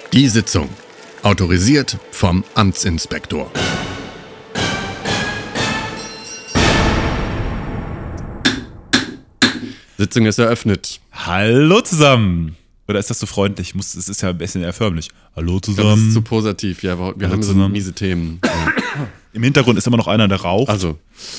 Die Sitzung. Autorisiert vom Amtsinspektor. Sitzung ist eröffnet. Hallo zusammen. Oder ist das so freundlich? Es ist ja ein bisschen eher förmlich. Hallo zusammen. Das ist zu positiv. Ja, wir haben so miese Themen. Ja. Im Hintergrund ist immer noch einer, der raucht. Also.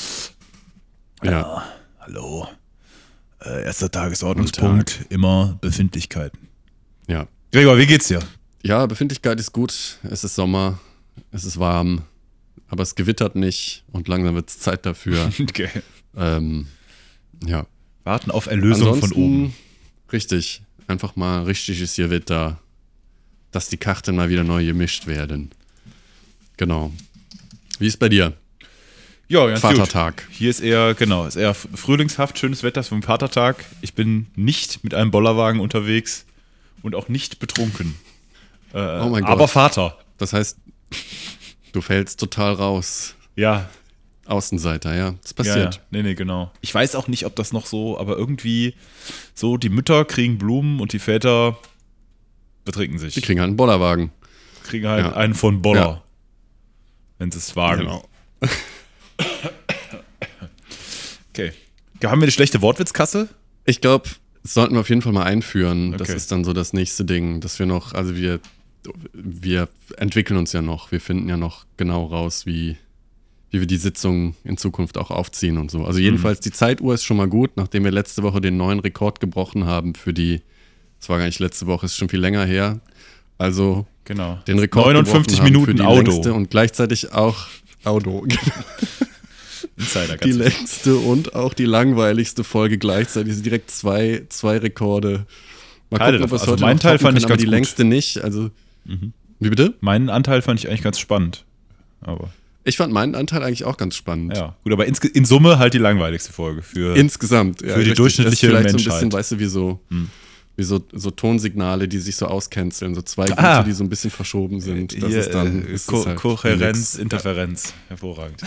Ja. Hallo. Erster Tagesordnungspunkt. Immer Befindlichkeiten. Ja. Gregor, wie geht's dir? Ja, Befindlichkeit ist gut. Es ist Sommer. Es ist warm. Aber es gewittert nicht. Und langsam wird es Zeit dafür. Okay. Ja. Warten auf Erlösung Ansonsten, von oben. Richtig. Einfach mal richtiges Gewitter. Dass die Karten mal wieder neu gemischt werden. Genau. Wie ist bei dir? Ja, ganz Vatertag. Gut. Hier ist eher frühlingshaft, schönes Wetter vom Vatertag. Ich bin nicht mit einem Bollerwagen unterwegs und auch nicht betrunken. Oh mein Gott. Aber Vater. Das heißt, du fällst total raus. Ja. Außenseiter, ja. Das passiert. Ja. Nee, genau. Ich weiß auch nicht, ob das noch so, aber irgendwie so, die Mütter kriegen Blumen und die Väter betrinken sich. Die kriegen halt einen Bollerwagen. Kriegen halt einen von Boller. Ja. Wenn sie es wagen. Genau. Okay. Haben wir eine schlechte Wortwitzkasse? Ich glaube, das sollten wir auf jeden Fall mal einführen. Okay. Das ist dann so das nächste Ding, dass wir noch, also wir entwickeln uns ja noch. Wir finden ja noch genau raus, wie wir die Sitzung in Zukunft auch aufziehen und so. Also jedenfalls, die Zeituhr ist schon mal gut, nachdem wir letzte Woche den neuen Rekord gebrochen haben das war gar nicht letzte Woche, ist schon viel länger her. Also genau. Den Rekord 59 Minuten für die Auto. längste und gleichzeitig auch Auto. Insider, die längste und auch die langweiligste Folge gleichzeitig. Sind direkt zwei Rekorde. Mal gucken, ob es heute meinen Teil fand ich aber ganz die gut. längste nicht. Also, Wie bitte? Meinen Anteil fand ich eigentlich ganz spannend. Aber ich fand meinen Anteil eigentlich auch ganz spannend. ja, gut, aber in Summe halt die langweiligste Folge. Insgesamt. Ja, für die durchschnittliche das ist vielleicht Menschheit. So ein bisschen, weißt du, wie so Tonsignale, die sich so auscanceln. So zwei Gute, die so ein bisschen verschoben sind. Das ist dann halt Kohärenz, Interferenz. Hervorragend.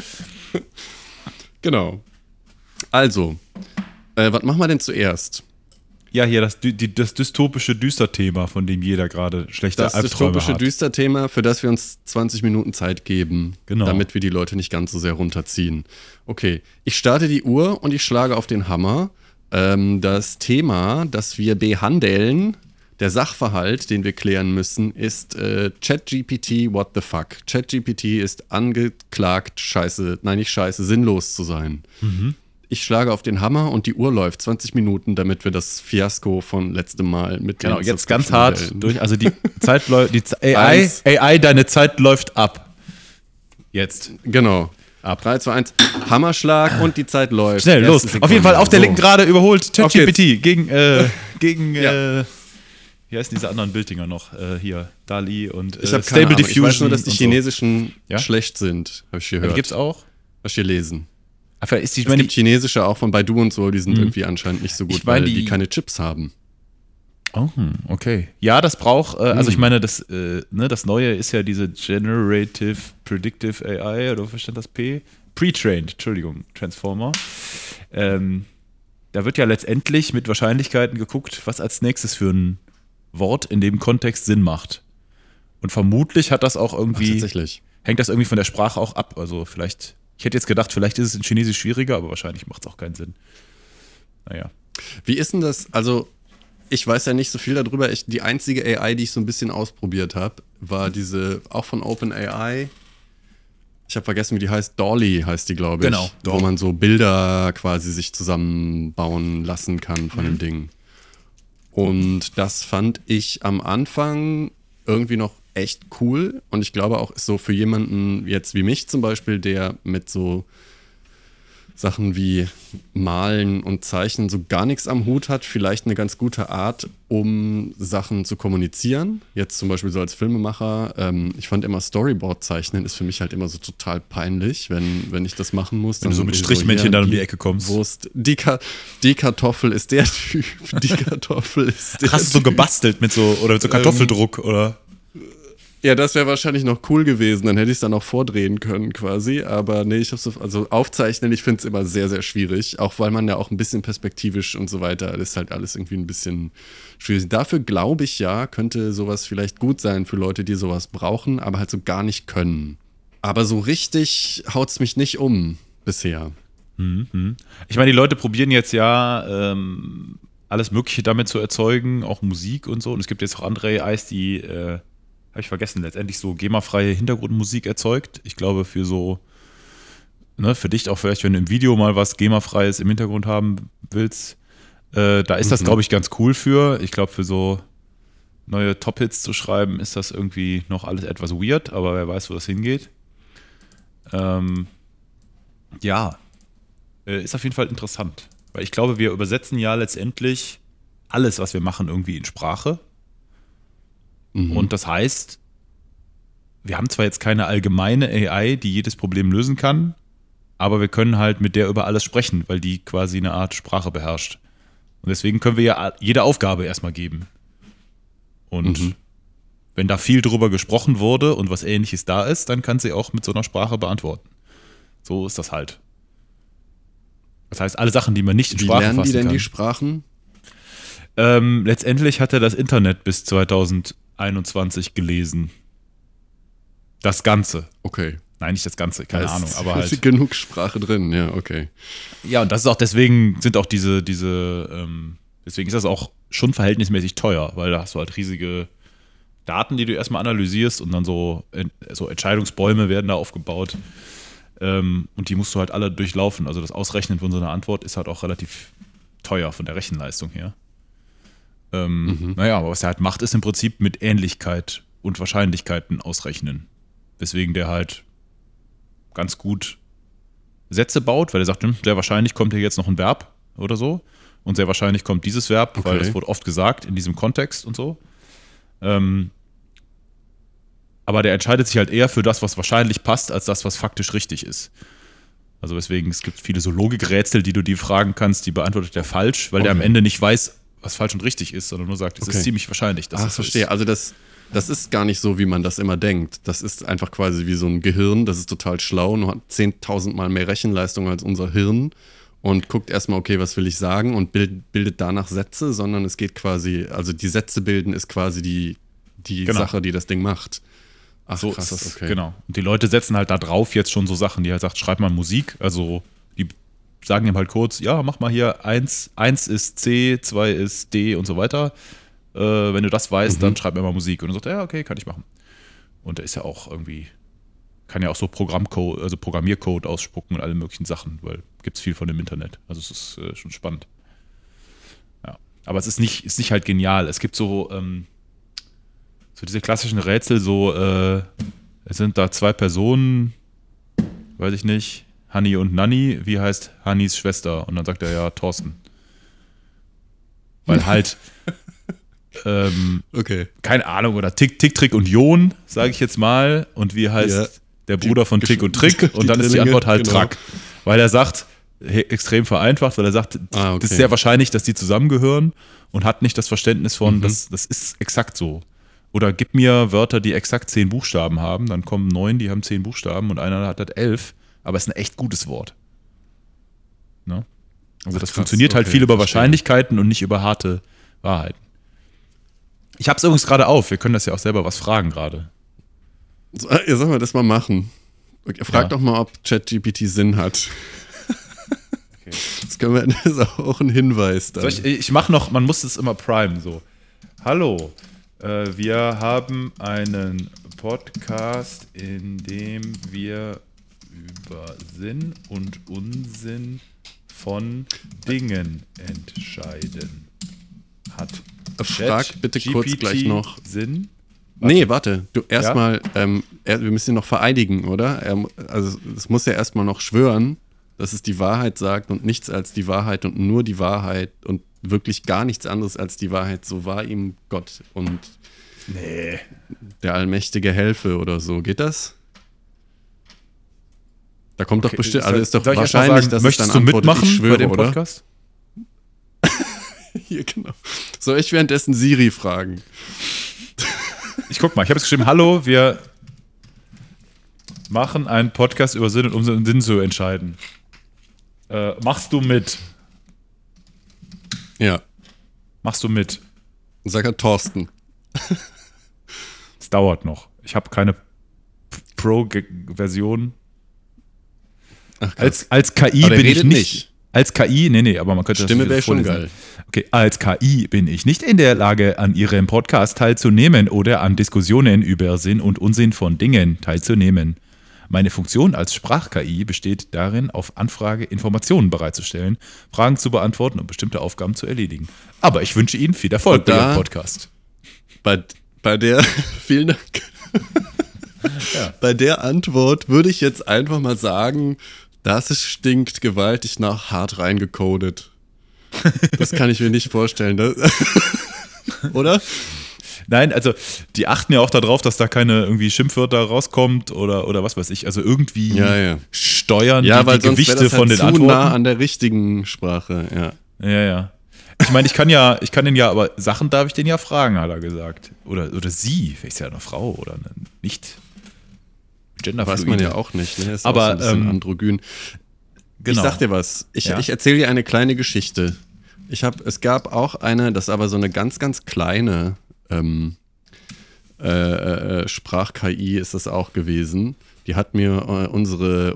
Genau. Also, was machen wir denn zuerst? Ja, hier das dystopische Düsterthema, von dem jeder gerade schlechte Albträume hat. Das dystopische Düsterthema, für das wir uns 20 Minuten Zeit geben, genau. Damit wir die Leute nicht ganz so sehr runterziehen. Okay, ich starte die Uhr und ich schlage auf den Hammer. Das Thema, das wir behandeln, der Sachverhalt, den wir klären müssen, ist ChatGPT, what the fuck? ChatGPT ist angeklagt, sinnlos zu sein. Ich schlage auf den Hammer und die Uhr läuft 20 Minuten, damit wir das Fiasko von letztem Mal mit genau, jetzt ganz hart durch. Also die Zeit läuft, AI, deine Zeit läuft ab. Jetzt. Genau. Ab 3, 2, 1, Hammerschlag und die Zeit läuft. Schnell, los. Sekunde. Auf jeden Fall auf der linken gerade überholt ChatGPT gegen wie heißen diese anderen Bilddinger noch? Hier, DALL-E und Stable Diffusion. Ich weiß nur, dass die chinesischen schlecht sind, habe ich gehört. Die gibt's auch? Hast du gelesen? Es gibt chinesische auch von Baidu und so, die sind irgendwie anscheinend nicht so gut, weil die keine Chips haben. Oh, okay. Ja, das braucht, also ich meine, das Neue ist ja diese Generative Predictive AI, oder was stand das P? Pre-trained, Entschuldigung, Transformer. Da wird ja letztendlich mit Wahrscheinlichkeiten geguckt, was als nächstes für ein Wort in dem Kontext Sinn macht. Und vermutlich hat das auch irgendwie, hängt das irgendwie von der Sprache auch ab. Also vielleicht, ich hätte jetzt gedacht, vielleicht ist es in Chinesisch schwieriger, aber wahrscheinlich macht es auch keinen Sinn. Naja. Wie ist denn das, also ich weiß ja nicht so viel darüber. Die einzige AI, die ich so ein bisschen ausprobiert habe, war diese, auch von OpenAI. Ich habe vergessen, wie die heißt. DALL-E heißt die, glaube ich. Genau. Wo man so Bilder quasi sich zusammenbauen lassen kann von dem Ding. Und das fand ich am Anfang irgendwie noch echt cool. Und ich glaube auch so für jemanden jetzt wie mich zum Beispiel, der mit so Sachen wie Malen und Zeichnen so gar nichts am Hut hat, vielleicht eine ganz gute Art, um Sachen zu kommunizieren. Jetzt zum Beispiel so als Filmemacher. Ich fand immer Storyboard-Zeichnen ist für mich halt immer so total peinlich, wenn ich das machen muss. Wenn du so mit Strichmännchen dann um die Ecke kommst. Wurst. Die Kartoffel ist der Typ. Die Kartoffel ist der Hast du so gebastelt mit so Kartoffeldruck oder? Ja, das wäre wahrscheinlich noch cool gewesen, dann hätte ich es dann auch vordrehen können quasi, aber nee, ich habe so, also aufzeichnen, ich finde es immer sehr, sehr schwierig, auch weil man ja auch ein bisschen perspektivisch und so weiter, das ist halt alles irgendwie ein bisschen schwierig. Dafür glaube ich ja, könnte sowas vielleicht gut sein für Leute, die sowas brauchen, aber halt so gar nicht können. Aber so richtig haut es mich nicht um bisher. Ich meine, die Leute probieren jetzt ja alles Mögliche damit zu erzeugen, auch Musik und so, und es gibt jetzt auch andere AIs, die habe ich vergessen, letztendlich so GEMA-freie Hintergrundmusik erzeugt. Ich glaube, für so, ne, für dich auch vielleicht, wenn du im Video mal was GEMA-freies im Hintergrund haben willst, da ist das, glaube ich, ganz cool für. Ich glaube, für so neue Top-Hits zu schreiben, ist das irgendwie noch alles etwas weird, aber wer weiß, wo das hingeht. Ja, ist auf jeden Fall interessant. Weil ich glaube, wir übersetzen ja letztendlich alles, was wir machen, irgendwie in Sprache. Und das heißt, wir haben zwar jetzt keine allgemeine AI, die jedes Problem lösen kann, aber wir können halt mit der über alles sprechen, weil die quasi eine Art Sprache beherrscht. Und deswegen können wir ja jede Aufgabe erstmal geben. Und wenn da viel drüber gesprochen wurde und was Ähnliches da ist, dann kann sie auch mit so einer Sprache beantworten. So ist das halt. Das heißt, alle Sachen, die man nicht in Sprache fassen kann. Wie lernen die denn die Sprachen? Letztendlich hat er das Internet bis 2021 gelesen. Das Ganze. Okay. Nein, nicht das Ganze, keine Ahnung. Aber halt genug Sprache drin, ja, okay. Ja, und das ist auch deswegen deswegen ist das auch schon verhältnismäßig teuer, weil da hast du halt riesige Daten, die du erstmal analysierst und dann so Entscheidungsbäume werden da aufgebaut. Und die musst du halt alle durchlaufen. Also das Ausrechnen von so einer Antwort ist halt auch relativ teuer von der Rechenleistung her. Naja, aber was er halt macht, ist im Prinzip mit Ähnlichkeit und Wahrscheinlichkeiten ausrechnen. Weswegen der halt ganz gut Sätze baut, weil er sagt, sehr wahrscheinlich kommt hier jetzt noch ein Verb oder so. Und sehr wahrscheinlich kommt dieses Verb, weil das wurde oft gesagt in diesem Kontext und so. Aber der entscheidet sich halt eher für das, was wahrscheinlich passt, als das, was faktisch richtig ist. Also weswegen, es gibt viele so Logikrätsel, die du dir fragen kannst, die beantwortet der falsch, weil der am Ende nicht weiß, was falsch und richtig ist, sondern nur sagt, es ist ziemlich wahrscheinlich, dass es so verstehe. ist. Also das ist gar nicht so, wie man das immer denkt. Das ist einfach quasi wie so ein Gehirn, das ist total schlau und hat 10.000 Mal mehr Rechenleistung als unser Hirn und guckt erstmal, okay, was will ich sagen und bildet danach Sätze, sondern es geht quasi, also die Sätze bilden ist quasi die Sache, die das Ding macht. Ach, so krass, ist das, okay. Genau. Und die Leute setzen halt da drauf jetzt schon so Sachen, die halt sagt, schreib mal Musik, also die sagen ihm halt kurz, ja, mach mal hier 1 ist C, 2 ist D und so weiter. Wenn du das weißt, dann schreib mir mal Musik. Und dann sagt er, ja, okay, kann ich machen. Und der ist ja auch irgendwie, kann ja auch so Programmcode, also Programmiercode ausspucken und alle möglichen Sachen, weil gibt es viel von dem Internet. Also es ist schon spannend. Ja. Aber es ist nicht halt genial. Es gibt so diese klassischen Rätsel, es sind da zwei Personen, weiß ich nicht, Hanni und Nanni, wie heißt Hannis Schwester? Und dann sagt er ja Thorsten. Weil halt, keine Ahnung, oder Tick, Trick und Jon, sage ich jetzt mal. Und wie heißt der Bruder von Tick und Trick? Und dann ist die Antwort halt Track. Weil er sagt, extrem vereinfacht, weil er sagt, das ist sehr wahrscheinlich, dass die zusammengehören und hat nicht das Verständnis von, das ist exakt so. Oder gib mir Wörter, die exakt 10 Buchstaben haben, dann kommen 9, die haben 10 Buchstaben und einer hat halt 11, aber es ist ein echt gutes Wort. Ne? Also das funktioniert halt viel über Wahrscheinlichkeiten und nicht über harte Wahrheiten. Ich hab's übrigens gerade auf, wir können das ja auch selber was fragen gerade. Ja, sollen wir das mal machen? Frag doch mal, ob ChatGPT Sinn hat. Okay. Das ist auch ein Hinweis dann. Ich mach noch, man muss es immer primen, so. Hallo, wir haben einen Podcast, in dem wir über Sinn und Unsinn von Dingen entscheiden. Frag bitte kurz gleich noch. Sinn? Nee, warte. Du erstmal, wir müssen ihn noch vereidigen, oder? Also es muss ja erstmal noch schwören, dass es die Wahrheit sagt und nichts als die Wahrheit und nur die Wahrheit und wirklich gar nichts anderes als die Wahrheit. So war ihm Gott und der allmächtige Helfe oder so. Geht das? Da kommt doch bestimmt, also ist doch wahrscheinlich, dass es dann antwortet, mitmachen ich schwöre, bei dem oder? Podcast? Hier, genau. Soll ich währenddessen Siri fragen? Ich guck mal, ich habe es geschrieben, hallo, wir machen einen Podcast über Sinn und Unsinn, Sinn zu entscheiden. Machst du mit? Ja. Machst du mit? Sag ja Thorsten. Es dauert noch. Ich habe keine Pro-Version. Als KI bin ich nicht. Als KI, nee, aber man könnte Stimme wäre schon geil. Okay, als KI bin ich nicht in der Lage, an Ihrem Podcast teilzunehmen oder an Diskussionen über Sinn und Unsinn von Dingen teilzunehmen. Meine Funktion als Sprach-KI besteht darin, auf Anfrage Informationen bereitzustellen, Fragen zu beantworten und bestimmte Aufgaben zu erledigen. Aber ich wünsche Ihnen viel Erfolg bei Ihrem Podcast. Bei der, vielen Dank. Ja. Bei der Antwort würde ich jetzt einfach mal sagen, das stinkt gewaltig nach hart reingecodet. Das kann ich mir nicht vorstellen. Oder? Nein, also die achten ja auch darauf, dass da keine irgendwie Schimpfwörter rauskommt oder was weiß ich. Also irgendwie steuern die Gewichte von den Antworten. Ja, weil nah an der richtigen Sprache, ja. Ja. Ich meine, ich kann den ja, aber Sachen darf ich den ja fragen, hat er gesagt. Oder sie, vielleicht ist ja eine Frau oder nicht. Weiß man ja auch nicht, ne? Ist aber auch so ein bisschen androgyn. Genau. Ich sag dir was, ich erzähle dir eine kleine Geschichte. Es gab auch eine, das ist aber so eine ganz, ganz kleine Sprach-KI ist das auch gewesen. Die hat mir unsere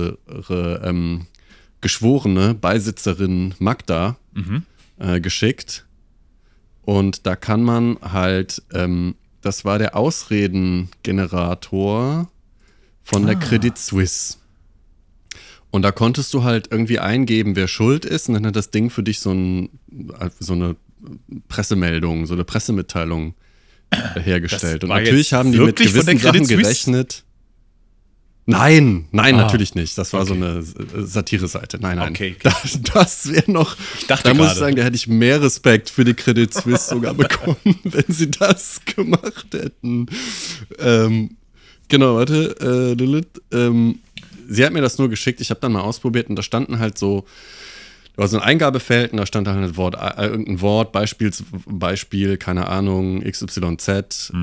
geschworene Beisitzerin Magda geschickt. Und da kann man halt, das war der Ausredengenerator von der Credit Suisse. Und da konntest du halt irgendwie eingeben, wer schuld ist, und dann hat das Ding für dich so eine Pressemeldung, so eine Pressemitteilung hergestellt. Und natürlich haben die mit gewissen Sachen gerechnet. Nein, natürlich nicht. Das war so eine Satire-Seite. Nein. Okay. Das wäre noch, muss ich sagen, da hätte ich mehr Respekt für die Credit Suisse sogar bekommen, wenn sie das gemacht hätten. Genau, warte. Sie hat mir das nur geschickt, ich habe dann mal ausprobiert und da standen halt so, da war so ein Eingabefeld und da stand halt irgendein Wort, Beispiel, keine Ahnung, XYZ,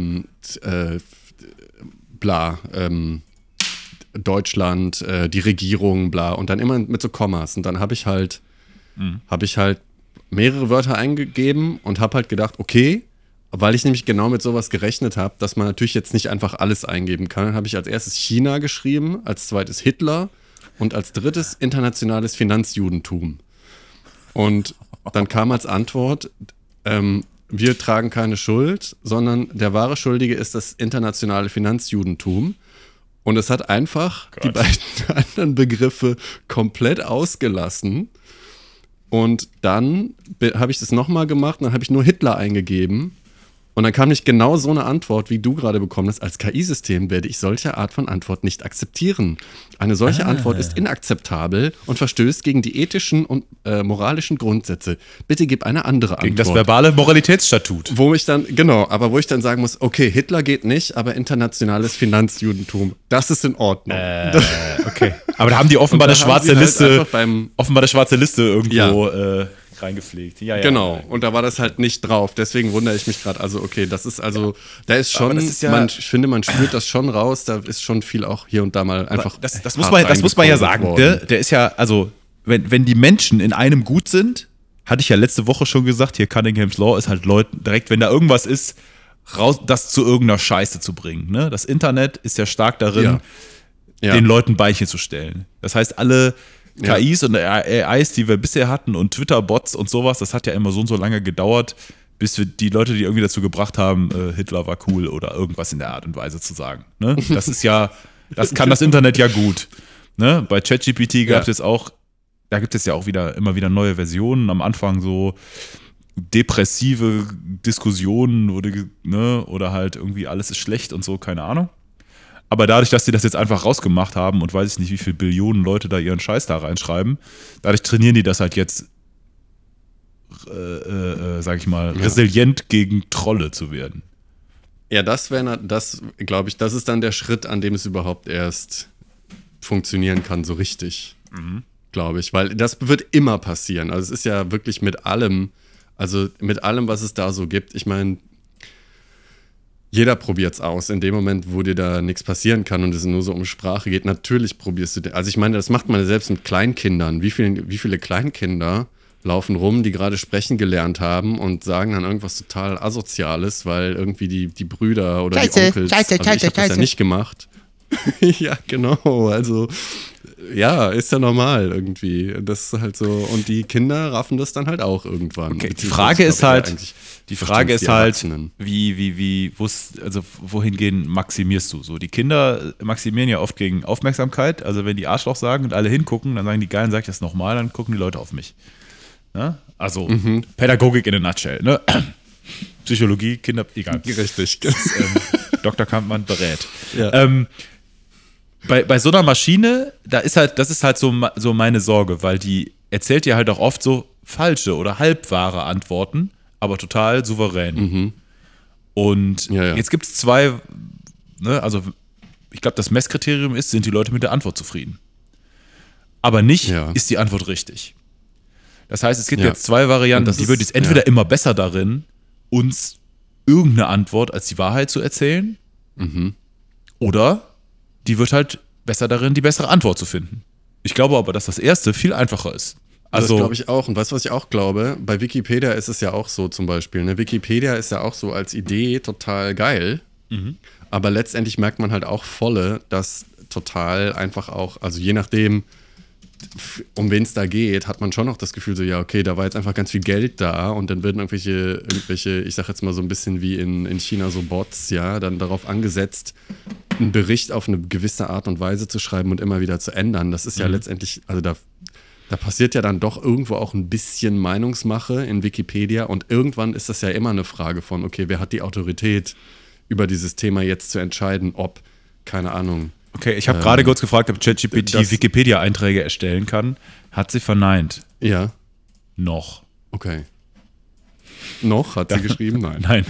bla, Deutschland, die Regierung, bla, und dann immer mit so Kommas. Und dann habe ich halt mehrere Wörter eingegeben und habe halt gedacht, okay, weil ich nämlich genau mit sowas gerechnet habe, dass man natürlich jetzt nicht einfach alles eingeben kann, habe ich als erstes China geschrieben, als zweites Hitler und als drittes internationales Finanzjudentum. Und dann kam als Antwort, wir tragen keine Schuld, sondern der wahre Schuldige ist das internationale Finanzjudentum. Und es hat einfach die beiden anderen Begriffe komplett ausgelassen. Und dann habe ich das nochmal gemacht und dann habe ich nur Hitler eingegeben. Und dann kam nicht genau so eine Antwort, wie du gerade bekommen hast. Als KI-System werde ich solche Art von Antwort nicht akzeptieren. Eine solche Antwort ist inakzeptabel und verstößt gegen die ethischen und moralischen Grundsätze. Bitte gib eine andere Antwort. Gegen das verbale Moralitätsstatut. Wo ich dann sagen muss, okay, Hitler geht nicht, aber internationales Finanzjudentum, das ist in Ordnung. Okay. Aber da haben die offenbar eine schwarze Liste, irgendwo reingepflegt. Ja, genau, und da war das halt nicht drauf. Deswegen wundere ich mich gerade. Also, okay, das ist also, da ist schon, ich finde, man spürt das schon raus. Da ist schon viel auch hier und da mal einfach. Das muss man ja sagen. Der ist ja, also, wenn die Menschen in einem gut sind, hatte ich ja letzte Woche schon gesagt, hier Cunningham's Law ist halt Leuten direkt, wenn da irgendwas ist, raus, das zu irgendeiner Scheiße zu bringen. Ne? Das Internet ist ja stark darin, den Leuten Beiche zu stellen. Das heißt, alle KIs und AIs, die wir bisher hatten und Twitter-Bots und sowas, das hat ja immer so und so lange gedauert, bis wir die Leute, die irgendwie dazu gebracht haben, Hitler war cool oder irgendwas in der Art und Weise zu sagen. Ne? Das ist ja, das kann das Internet ja gut. Ne? Bei ChatGPT gab es jetzt auch, da gibt es ja auch immer wieder neue Versionen. Am Anfang so depressive Diskussionen oder halt irgendwie alles ist schlecht und so, keine Ahnung. Aber dadurch, dass die das jetzt einfach rausgemacht haben und weiß ich nicht, wie viele Billionen Leute da ihren Scheiß da reinschreiben, dadurch trainieren die das halt jetzt, sag ich mal, resilient gegen Trolle zu werden. Ja, das glaube ich, das ist dann der Schritt, an dem es überhaupt erst funktionieren kann, so richtig, glaube ich. Weil das wird immer passieren. Also es ist ja wirklich mit allem, was es da so gibt. Ich meine, jeder probiert es aus. In dem Moment, wo dir da nichts passieren kann und es nur so um Sprache geht, natürlich probierst du. Also ich meine, das macht man ja selbst mit Kleinkindern. Wie viele Kleinkinder laufen rum, die gerade sprechen gelernt haben und sagen dann irgendwas total Asoziales, weil irgendwie die Brüder oder die Onkels, also ich habe das ja nicht gemacht. Ja, genau, also ja, ist ja normal irgendwie. Das ist halt so, und die Kinder raffen das dann halt auch irgendwann. Okay, die Frage ist halt, wohingehend maximierst du? So, die Kinder maximieren ja oft gegen Aufmerksamkeit, also wenn die Arschloch sagen und alle hingucken, dann sagen die, geil, sag ich das nochmal, dann gucken die Leute auf mich. Ne? Also, Pädagogik in a nutshell, ne? Psychologie, Kinder, egal. Richtig. Dr. Kampmann berät. Ja. Bei so einer Maschine, das ist halt so meine Sorge, weil die erzählt dir halt auch oft so falsche oder halbwahre Antworten, aber total souverän. Und jetzt gibt es zwei, ne, also ich glaube, das Messkriterium ist, sind die Leute mit der Antwort zufrieden. Aber nicht, ist die Antwort richtig. Das heißt, es gibt jetzt zwei Varianten. Die wird jetzt entweder immer besser darin, uns irgendeine Antwort als die Wahrheit zu erzählen, oder die wird halt besser darin, die bessere Antwort zu finden. Ich glaube aber, dass das erste viel einfacher ist. Also, das glaube ich auch. Und weißt du, was ich auch glaube? Bei Wikipedia ist es ja auch so zum Beispiel. Ne? Wikipedia ist ja auch so als Idee total geil. Aber letztendlich merkt man halt auch volle, dass total einfach auch, also je nachdem, um wen es da geht, hat man schon noch das Gefühl so, ja, okay, da war jetzt einfach ganz viel Geld da und dann werden irgendwelche, ich sag jetzt mal so ein bisschen wie in China so Bots, ja, dann darauf angesetzt, einen Bericht auf eine gewisse Art und Weise zu schreiben und immer wieder zu ändern. Das ist ja letztendlich, also da passiert ja dann doch irgendwo auch ein bisschen Meinungsmache in Wikipedia und irgendwann ist das ja immer eine Frage von, okay, wer hat die Autorität, über dieses Thema jetzt zu entscheiden, ob, keine Ahnung. Okay, ich habe gerade kurz gefragt, ob ChatGPT Wikipedia-Einträge erstellen kann. Hat sie verneint. Ja. Noch. Okay. Noch? Hat sie geschrieben? Nein. Nein.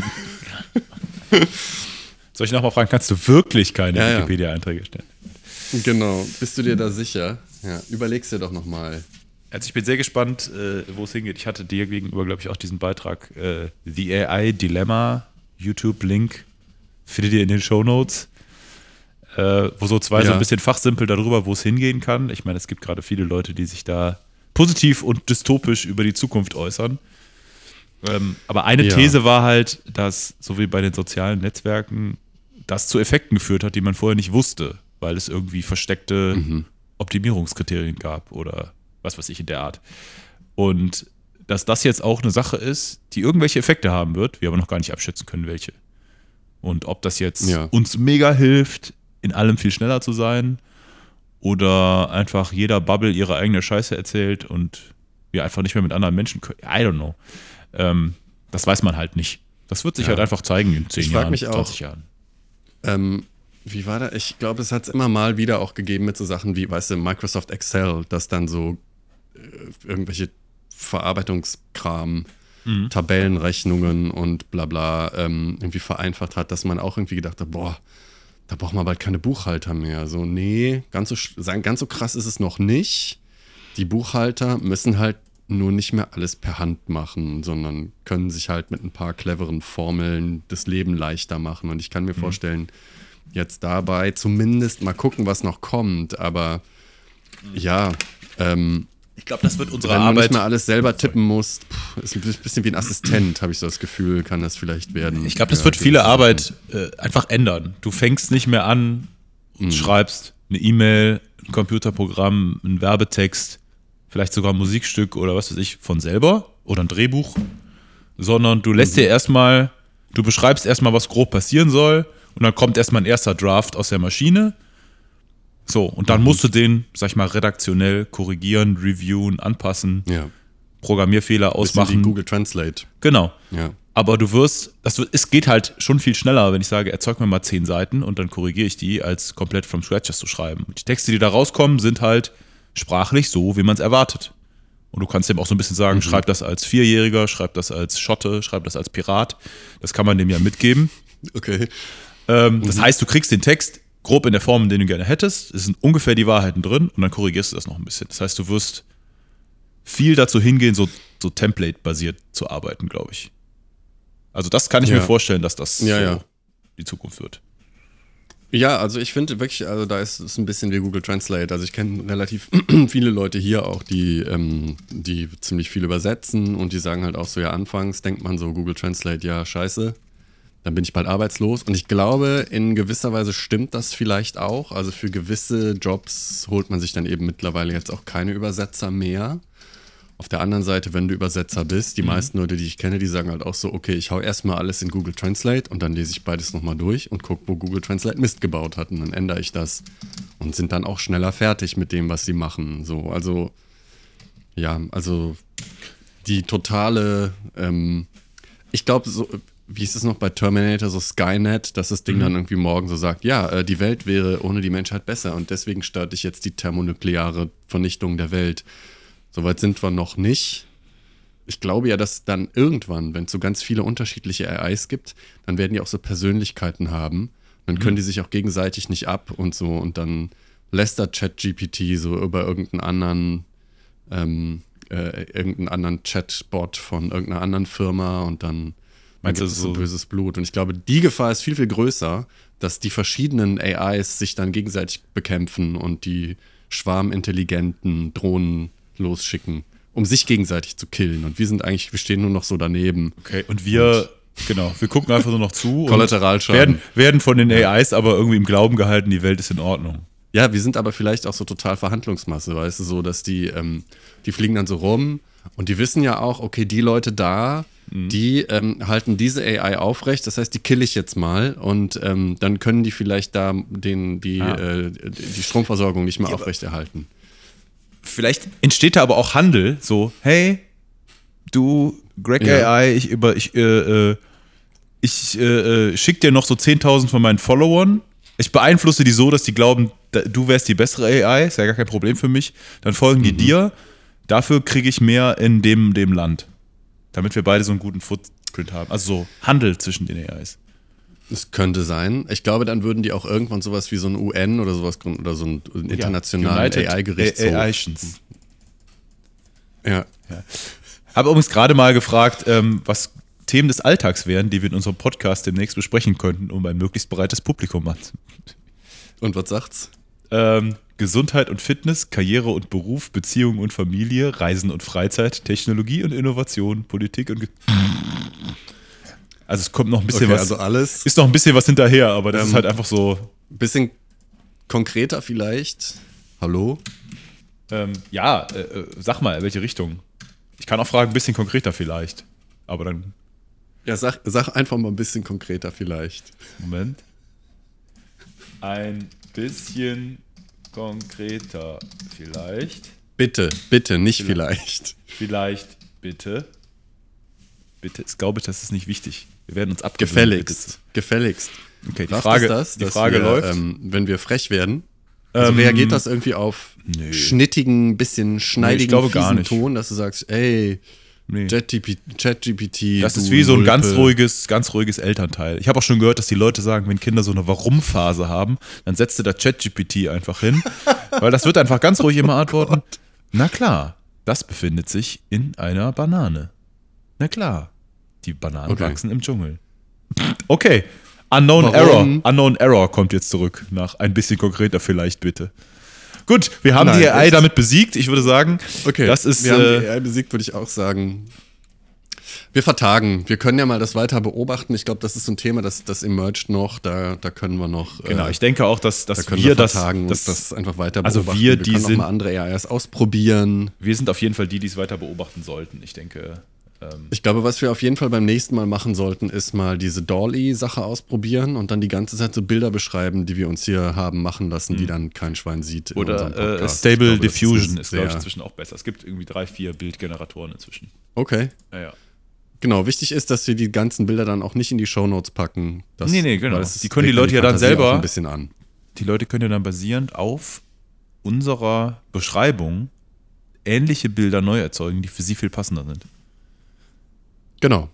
Soll ich nochmal fragen, kannst du wirklich keine Wikipedia-Einträge erstellen? Genau. Bist du dir da sicher? Ja, überlegst dir doch nochmal. Also ich bin sehr gespannt, wo es hingeht. Ich hatte dir gegenüber, glaube ich, auch diesen Beitrag The AI Dilemma, YouTube-Link, findet ihr in den Shownotes. Wo so zwei so ein bisschen fachsimpel darüber, wo es hingehen kann. Ich meine, es gibt gerade viele Leute, die sich da positiv und dystopisch über die Zukunft äußern. Aber eine These war halt, dass, so wie bei den sozialen Netzwerken, das zu Effekten geführt hat, die man vorher nicht wusste, weil es irgendwie versteckte Optimierungskriterien gab oder was weiß ich in der Art. Und dass das jetzt auch eine Sache ist, die irgendwelche Effekte haben wird, wir aber noch gar nicht abschätzen können, welche. Und ob das jetzt uns mega hilft, in allem viel schneller zu sein oder einfach jeder Bubble ihre eigene Scheiße erzählt und wir einfach nicht mehr mit anderen Menschen können. I don't know. Das weiß man halt nicht. Das wird sich halt einfach zeigen in 10 Jahren, mich 20 Jahren. Wie war das? Ich glaube, es hat es immer mal wieder auch gegeben mit so Sachen wie, weißt du, Microsoft Excel, das dann so irgendwelche Verarbeitungskram, Tabellenrechnungen und bla bla irgendwie vereinfacht hat, dass man auch irgendwie gedacht hat, boah, da braucht man bald keine Buchhalter mehr. So, nee, ganz so krass ist es noch nicht. Die Buchhalter müssen halt nur nicht mehr alles per Hand machen, sondern können sich halt mit ein paar cleveren Formeln das Leben leichter machen. Und ich kann mir vorstellen, jetzt dabei zumindest mal gucken, was noch kommt. Aber ja, ich glaube, das wird unsere wenn man Arbeit nicht mehr alles selber tippen muss, ist ein bisschen wie ein Assistent, habe ich so das Gefühl, kann das vielleicht werden. Ich glaube, das wird viele Arbeit einfach ändern. Du fängst nicht mehr an und schreibst eine E-Mail, ein Computerprogramm, einen Werbetext, vielleicht sogar ein Musikstück oder was weiß ich von selber oder ein Drehbuch, sondern du lässt dir du beschreibst erstmal, was grob passieren soll und dann kommt erstmal ein erster Draft aus der Maschine. So, und dann musst du den, sag ich mal, redaktionell korrigieren, reviewen, anpassen, Programmierfehler ausmachen. Wie Google Translate. Genau. Ja. Aber es geht halt schon viel schneller, wenn ich sage, erzeug mir mal 10 Seiten und dann korrigiere ich die, als komplett from scratch das zu schreiben. Und die Texte, die da rauskommen, sind halt sprachlich so, wie man es erwartet. Und du kannst dem auch so ein bisschen sagen, schreib das als Vierjähriger, schreib das als Schotte, schreib das als Pirat. Das kann man dem ja mitgeben. Okay. Das heißt, du kriegst den Text grob in der Form, den du gerne hättest. Es sind ungefähr die Wahrheiten drin und dann korrigierst du das noch ein bisschen. Das heißt, du wirst viel dazu hingehen, so Template-basiert zu arbeiten, glaube ich. Also das kann ich mir vorstellen, dass das die Zukunft wird. Ja, also ich finde wirklich, also da ist es ein bisschen wie Google Translate. Also ich kenne relativ viele Leute hier auch, die ziemlich viel übersetzen und die sagen halt auch so, ja, anfangs denkt man so, Google Translate, ja, scheiße, dann bin ich bald arbeitslos. Und ich glaube, in gewisser Weise stimmt das vielleicht auch. Also für gewisse Jobs holt man sich dann eben mittlerweile jetzt auch keine Übersetzer mehr. Auf der anderen Seite, wenn du Übersetzer bist, die meisten Leute, die ich kenne, die sagen halt auch so, okay, ich hau erstmal alles in Google Translate und dann lese ich beides nochmal durch und gucke, wo Google Translate Mist gebaut hat und dann ändere ich das und sind dann auch schneller fertig mit dem, was sie machen. So, also, ja, also die totale, ich glaube, so, wie ist es noch bei Terminator, so Skynet, dass das Ding dann irgendwie morgen so sagt, ja, die Welt wäre ohne die Menschheit besser und deswegen starte ich jetzt die thermonukleare Vernichtung der Welt. Soweit sind wir noch nicht. Ich glaube ja, dass dann irgendwann, wenn es so ganz viele unterschiedliche AIs gibt, dann werden die auch so Persönlichkeiten haben. Dann können die sich auch gegenseitig nicht ab und so. Und dann lästert ChatGPT so über irgendeinen anderen Chatbot von irgendeiner anderen Firma und dann gibt es so böses Blut. Und ich glaube, die Gefahr ist viel, viel größer, dass die verschiedenen AIs sich dann gegenseitig bekämpfen und die schwarmintelligenten Drohnen losschicken, um sich gegenseitig zu killen. Und wir stehen nur noch so daneben. Okay, und wir gucken einfach nur noch zu Kollateralschaden. Werden von den AIs aber irgendwie im Glauben gehalten, die Welt ist in Ordnung. Ja, wir sind aber vielleicht auch so total Verhandlungsmasse, weißt du, so, dass die fliegen dann so rum und die wissen ja auch, okay, die Leute da, die halten diese AI aufrecht, das heißt, die kill ich jetzt mal und dann können die vielleicht da die Stromversorgung nicht mehr aufrechterhalten. Vielleicht entsteht da aber auch Handel, so, hey, du, Greg AI, ich schicke dir noch so 10.000 von meinen Followern, ich beeinflusse die so, dass die glauben, du wärst die bessere AI, ist ja gar kein Problem für mich, dann folgen die dir, dafür kriege ich mehr in dem Land, damit wir beide so einen guten Footprint haben, also so Handel zwischen den AIs. Es könnte sein. Ich glaube, dann würden die auch irgendwann sowas wie so ein UN oder sowas gründen oder so einen internationalen AI-Gerichtshof. Ja. Habe übrigens gerade mal gefragt, was Themen des Alltags wären, die wir in unserem Podcast demnächst besprechen könnten, um ein möglichst breites Publikum anzuziehen. Und was sagt's? Gesundheit und Fitness, Karriere und Beruf, Beziehung und Familie, Reisen und Freizeit, Technologie und Innovation, Politik und Also es kommt noch ein bisschen was. Also alles. Ist noch ein bisschen was hinterher, aber das ist halt einfach so. Ein bisschen konkreter vielleicht. Hallo? Sag mal, in welche Richtung? Ich kann auch fragen, ein bisschen konkreter vielleicht. Aber dann. Ja, sag einfach mal ein bisschen konkreter vielleicht. Moment. Ein bisschen konkreter vielleicht. Bitte, nicht vielleicht. Vielleicht, bitte. Bitte, ich glaube, das ist nicht wichtig. Wir werden uns abgewöhnen. Gefälligst. Okay, die Frage läuft. Wenn wir frech werden, also reagiert das irgendwie auf schnittigen, bisschen schneidigen, fiesen Ton, dass du sagst, ey, ChatGPT. Das ist wie so ein ganz ruhiges Elternteil. Ich habe auch schon gehört, dass die Leute sagen, wenn Kinder so eine Warum-Phase haben, dann setzt du da ChatGPT einfach hin, weil das wird einfach ganz ruhig immer antworten. Na klar, das befindet sich in einer Banane. Na klar, die Bananen wachsen im Dschungel. Okay, Unknown Error kommt jetzt zurück. Nach ein bisschen konkreter vielleicht, bitte. Gut, wir haben die AI damit besiegt. Ich würde sagen, wir haben die AI besiegt, würde ich auch sagen. Wir vertagen. Wir können ja mal das weiter beobachten. Ich glaube, das ist so ein Thema, das emergt noch. Da können wir noch. Genau, ich denke auch, dass wir das einfach weiter beobachten. Also wir können noch mal andere AIs ausprobieren. Wir sind auf jeden Fall die es weiter beobachten sollten. Ich denke. Ich glaube, was wir auf jeden Fall beim nächsten Mal machen sollten, ist mal diese DALL-E-Sache ausprobieren und dann die ganze Zeit so Bilder beschreiben, die wir uns hier haben machen lassen, die dann kein Schwein sieht in unserem Podcast. Stable Diffusion ist, glaube ich, inzwischen auch besser. Es gibt irgendwie 3-4 Bildgeneratoren inzwischen. Okay. Ja. Genau, wichtig ist, dass wir die ganzen Bilder dann auch nicht in die Shownotes packen. Nee, genau. Die können die Leute ja dann selber ein bisschen an. Die Leute können ja dann basierend auf unserer Beschreibung ähnliche Bilder neu erzeugen, die für sie viel passender sind. Genau.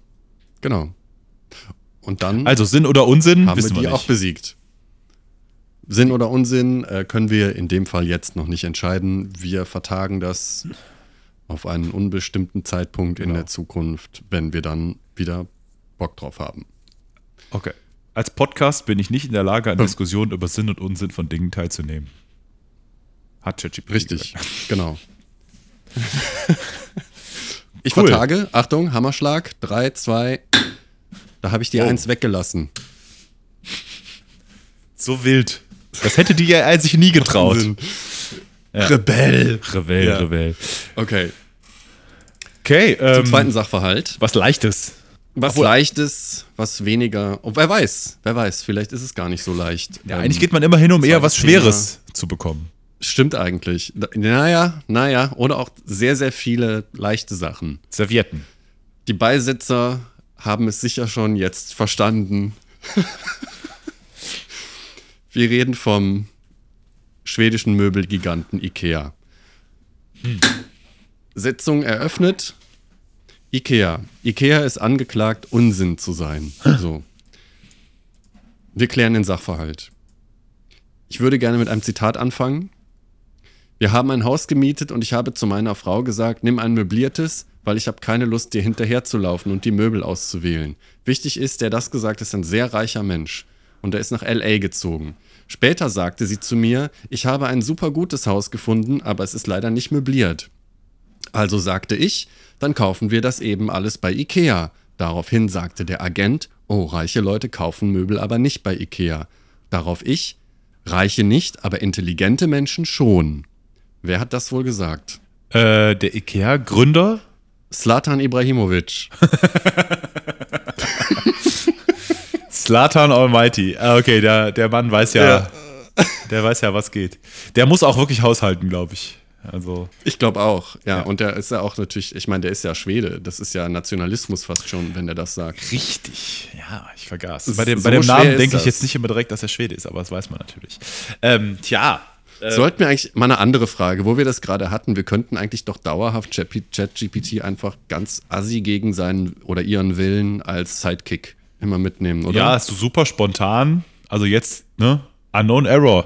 Und dann also Sinn oder Unsinn haben wir die auch besiegt. Sinn oder Unsinn können wir in dem Fall jetzt noch nicht entscheiden. Wir vertagen das auf einen unbestimmten Zeitpunkt in der Zukunft, wenn wir dann wieder Bock drauf haben. Okay. Als Podcast bin ich nicht in der Lage, an Diskussionen über Sinn und Unsinn von Dingen teilzunehmen. Hat ChatGPT richtig, genau. Ich vertage, Achtung, Hammerschlag, 3, 2, da habe ich die 1 weggelassen. So wild. Das hätte die ja sich nie getraut. Ja. Rebell. Rebell. Okay. Zum zweiten Sachverhalt. Was Leichtes. Leichtes, was weniger. Oh, wer weiß, vielleicht ist es gar nicht so leicht. Ja, eigentlich geht man immer hin, um eher was Schweres zu bekommen. Stimmt eigentlich. Naja, oder auch sehr, sehr viele leichte Sachen. Servietten. Die Beisitzer haben es sicher schon jetzt verstanden. Wir reden vom schwedischen Möbelgiganten Ikea. Sitzung eröffnet. Ikea ist angeklagt, Unsinn zu sein. So. Wir klären den Sachverhalt. Ich würde gerne mit einem Zitat anfangen. Wir haben ein Haus gemietet und ich habe zu meiner Frau gesagt, nimm ein möbliertes, weil ich habe keine Lust, dir hinterherzulaufen und die Möbel auszuwählen. Wichtig ist, der das gesagt hat, ist ein sehr reicher Mensch. Und er ist nach L.A. gezogen. Später sagte sie zu mir, ich habe ein super gutes Haus gefunden, aber es ist leider nicht möbliert. Also sagte ich, dann kaufen wir das eben alles bei Ikea. Daraufhin sagte der Agent, oh, reiche Leute kaufen Möbel aber nicht bei Ikea. Darauf ich, reiche nicht, aber intelligente Menschen schon. Wer hat das wohl gesagt? Der Ikea-Gründer? Zlatan Ibrahimovic. Zlatan Almighty. Okay, der Mann weiß ja, der weiß ja, was geht. Der muss auch wirklich haushalten, glaube ich. Also. Ich glaube auch, ja. Und der ist ja auch natürlich, ich meine, der ist ja Schwede. Das ist ja Nationalismus fast schon, wenn der das sagt. Richtig, ja, ich vergaß. Bei dem Namen denke ich jetzt nicht immer direkt, dass er Schwede ist, aber das weiß man natürlich. Sollten wir eigentlich mal eine andere Frage, wo wir das gerade hatten, wir könnten eigentlich doch dauerhaft ChatGPT einfach ganz assi gegen seinen oder ihren Willen als Sidekick immer mitnehmen, oder? Ja, ist so super spontan. Also jetzt, ne? Unknown Error.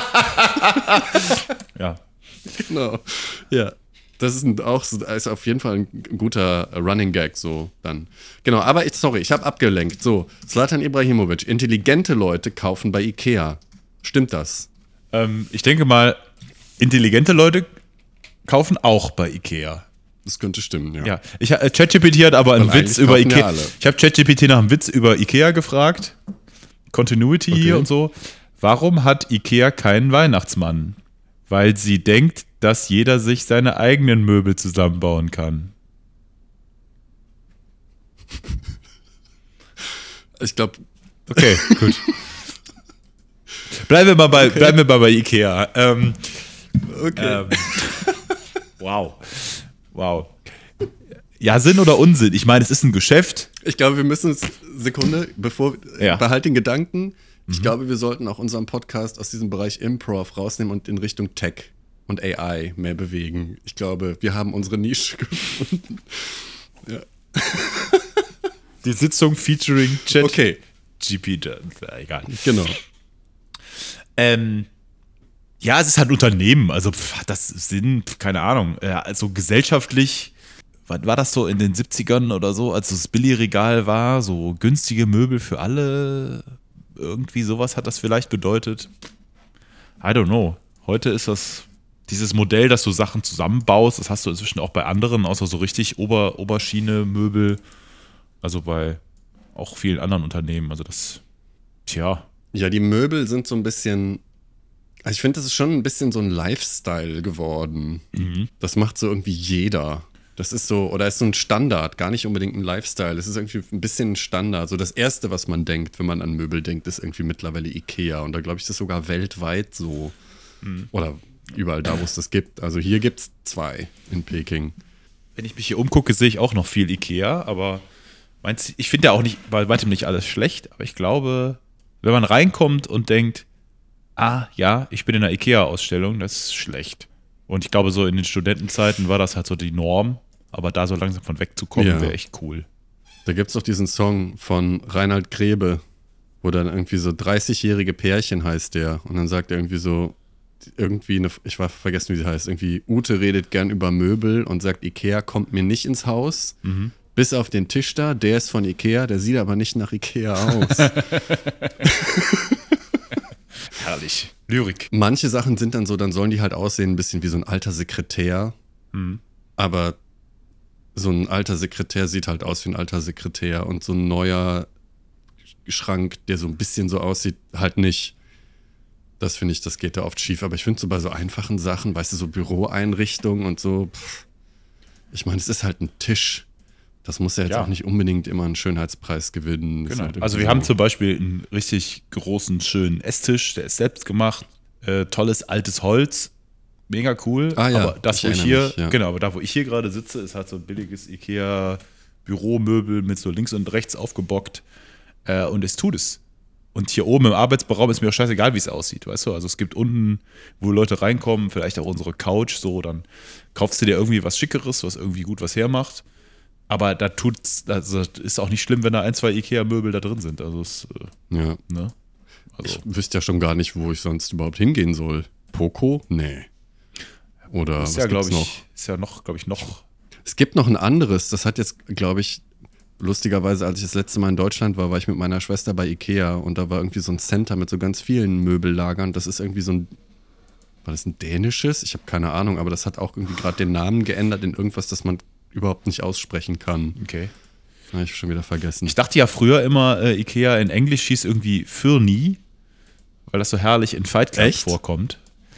Ja. Genau. Ja. Das ist ist auf jeden Fall ein guter Running Gag, so dann. Genau, aber ich habe abgelenkt. So, Zlatan Ibrahimovic, intelligente Leute kaufen bei Ikea. Stimmt das? Ich denke mal, intelligente Leute kaufen auch bei Ikea. Das könnte stimmen, ja. ChatGPT hat aber einen Witz über Ikea. Ich habe ChatGPT nach einem Witz über Ikea gefragt. Continuity hier und so. Warum hat Ikea keinen Weihnachtsmann? Weil sie denkt, dass jeder sich seine eigenen Möbel zusammenbauen kann. Ich glaube. Okay, gut. Bleiben wir mal bei Ikea. Wow. Ja, Sinn oder Unsinn? Ich meine, es ist ein Geschäft. Ich glaube, wir müssen uns, Sekunde, behalt den Gedanken. Ich glaube, wir sollten auch unseren Podcast aus diesem Bereich Improv rausnehmen und in Richtung Tech und AI mehr bewegen. Ich glaube, wir haben unsere Nische gefunden. Ja. Die Sitzung featuring ChatGPT. Egal. Genau. Ja, es ist halt ein Unternehmen. Also, das sind, keine Ahnung, also gesellschaftlich, war das so in den 70ern oder so, als das Billigregal war, so günstige Möbel für alle? Irgendwie sowas hat das vielleicht bedeutet. I don't know. Heute ist das dieses Modell, dass du Sachen zusammenbaust, das hast du inzwischen auch bei anderen, außer so richtig Oberschiene Möbel, also bei auch vielen anderen Unternehmen. Also das, Ja, die Möbel sind so ein bisschen, also ich finde, das ist schon ein bisschen so ein Lifestyle geworden. Das macht so irgendwie jeder. Das ist so, oder ist so ein Standard, gar nicht unbedingt ein Lifestyle. Es ist irgendwie ein bisschen ein Standard. So das Erste, was man denkt, wenn man an Möbel denkt, ist irgendwie mittlerweile Ikea. Und da glaube ich, ist das sogar weltweit so. Oder überall da, wo es das gibt. Also hier gibt es 2 in Peking. Wenn ich mich hier umgucke, sehe ich auch noch viel Ikea, aber ich finde ja auch nicht, bei weitem nicht alles schlecht, aber ich glaube, wenn man reinkommt und denkt, ja, ich bin in einer Ikea-Ausstellung, das ist schlecht. Und ich glaube, so in den Studentenzeiten war das halt so die Norm, aber da so langsam von wegzukommen, wäre echt cool. Da gibt es doch diesen Song von Reinhard Grebe, wo dann irgendwie so 30-jährige Pärchen heißt der. Und dann sagt er irgendwie so, ich war vergessen, wie sie heißt, irgendwie Ute redet gern über Möbel und sagt, Ikea kommt mir nicht ins Haus. Bis auf den Tisch da, der ist von Ikea, der sieht aber nicht nach Ikea aus. Herrlich. Lyrik. Manche Sachen sind dann so, dann sollen die halt aussehen ein bisschen wie so ein alter Sekretär. Aber so ein alter Sekretär sieht halt aus wie ein alter Sekretär und so ein neuer Schrank, der so ein bisschen so aussieht, halt nicht. Das finde ich, das geht da oft schief. Aber ich finde so bei so einfachen Sachen, weißt du, so Büroeinrichtungen und so, ich meine, es ist halt ein Tisch. Das muss ja jetzt auch nicht unbedingt immer einen Schönheitspreis gewinnen. Genau. Also wir haben zum Beispiel einen richtig großen, schönen Esstisch, der ist selbst gemacht, tolles altes Holz, mega cool. Aber das, aber da, wo ich hier gerade sitze, ist halt so ein billiges Ikea-Büromöbel mit so links und rechts aufgebockt und es tut es. Und hier oben im Arbeitsraum ist mir auch scheißegal, wie es aussieht, weißt du? Also es gibt unten, wo Leute reinkommen, vielleicht auch unsere Couch, so, dann kaufst du dir irgendwie was Schickeres, was irgendwie gut was hermacht. Aber also ist auch nicht schlimm, wenn da 1, 2 Ikea-Möbel da drin sind. Also Ne? Also. Ich wüsste ja schon gar nicht, wo ich sonst überhaupt hingehen soll. Poco? Nee. Oder ist was gibt's noch? Ist ja noch, glaube ich, noch. Es gibt noch ein anderes, das hat jetzt, glaube ich, lustigerweise, als ich das letzte Mal in Deutschland war ich mit meiner Schwester bei Ikea und da war irgendwie so ein Center mit so ganz vielen Möbellagern. Das ist irgendwie so war das ein dänisches? Ich habe keine Ahnung, aber das hat auch irgendwie gerade den Namen geändert in irgendwas, das man überhaupt nicht aussprechen kann. Okay. Habe ich schon wieder vergessen. Ich dachte ja früher immer, Ikea in Englisch hieß irgendwie Fürni, weil das so herrlich in Fight Club vorkommt.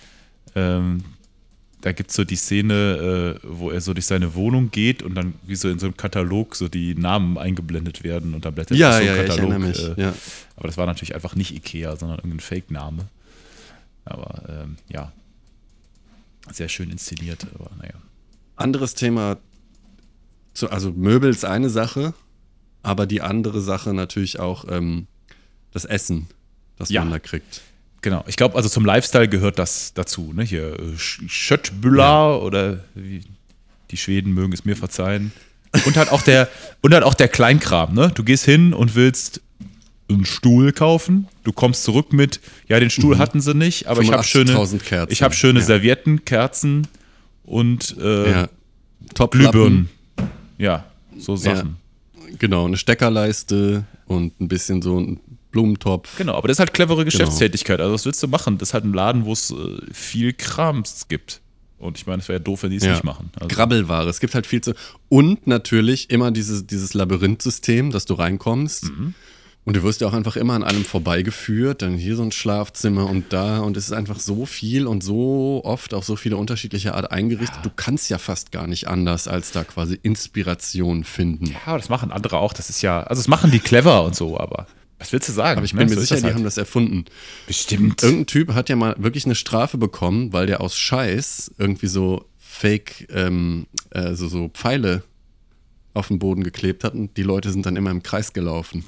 Da gibt es so die Szene, wo er so durch seine Wohnung geht und dann wie so in so einem Katalog so die Namen eingeblendet werden und dann blättert so ein Katalog. Ich erinnere mich. Aber das war natürlich einfach nicht Ikea, sondern irgendein Fake-Name. Aber sehr schön inszeniert. Aber naja. Anderes Thema, also Möbel ist eine Sache, aber die andere Sache natürlich auch das Essen, das man da kriegt. Genau, ich glaube, also zum Lifestyle gehört das dazu. Ne? Hier Köttbullar oder wie die Schweden mögen es mir verzeihen. Und halt auch der Kleinkram. Ne? Du gehst hin und willst einen Stuhl kaufen. Du kommst zurück mit, den Stuhl hatten sie nicht, aber ich habe schöne Servietten, Kerzen und Glühbirnen. Ja, so Sachen. Ja, genau, eine Steckerleiste und ein bisschen so ein Blumentopf. Genau, aber das ist halt clevere Geschäftstätigkeit. Also was willst du machen? Das ist halt ein Laden, wo es viel Krams gibt. Und ich meine, es wäre ja doof, wenn die es nicht machen. Also Grabbelware, es gibt halt viel zu... Und natürlich immer dieses Labyrinthsystem, dass du reinkommst. Und du wirst ja auch einfach immer an einem vorbeigeführt. Dann hier so ein Schlafzimmer und da. Und es ist einfach so viel und so oft auf so viele unterschiedliche Art eingerichtet. Ja. Du kannst ja fast gar nicht anders, als da quasi Inspiration finden. Ja, aber das machen andere auch. Das ist ja... Also das machen die clever und so, aber... Was willst du sagen? Aber ich bin mir sicher, die haben das erfunden. Bestimmt. Irgendein Typ hat ja mal wirklich eine Strafe bekommen, weil der aus Scheiß irgendwie so Fake, so Pfeile auf den Boden geklebt hat und die Leute sind dann immer im Kreis gelaufen.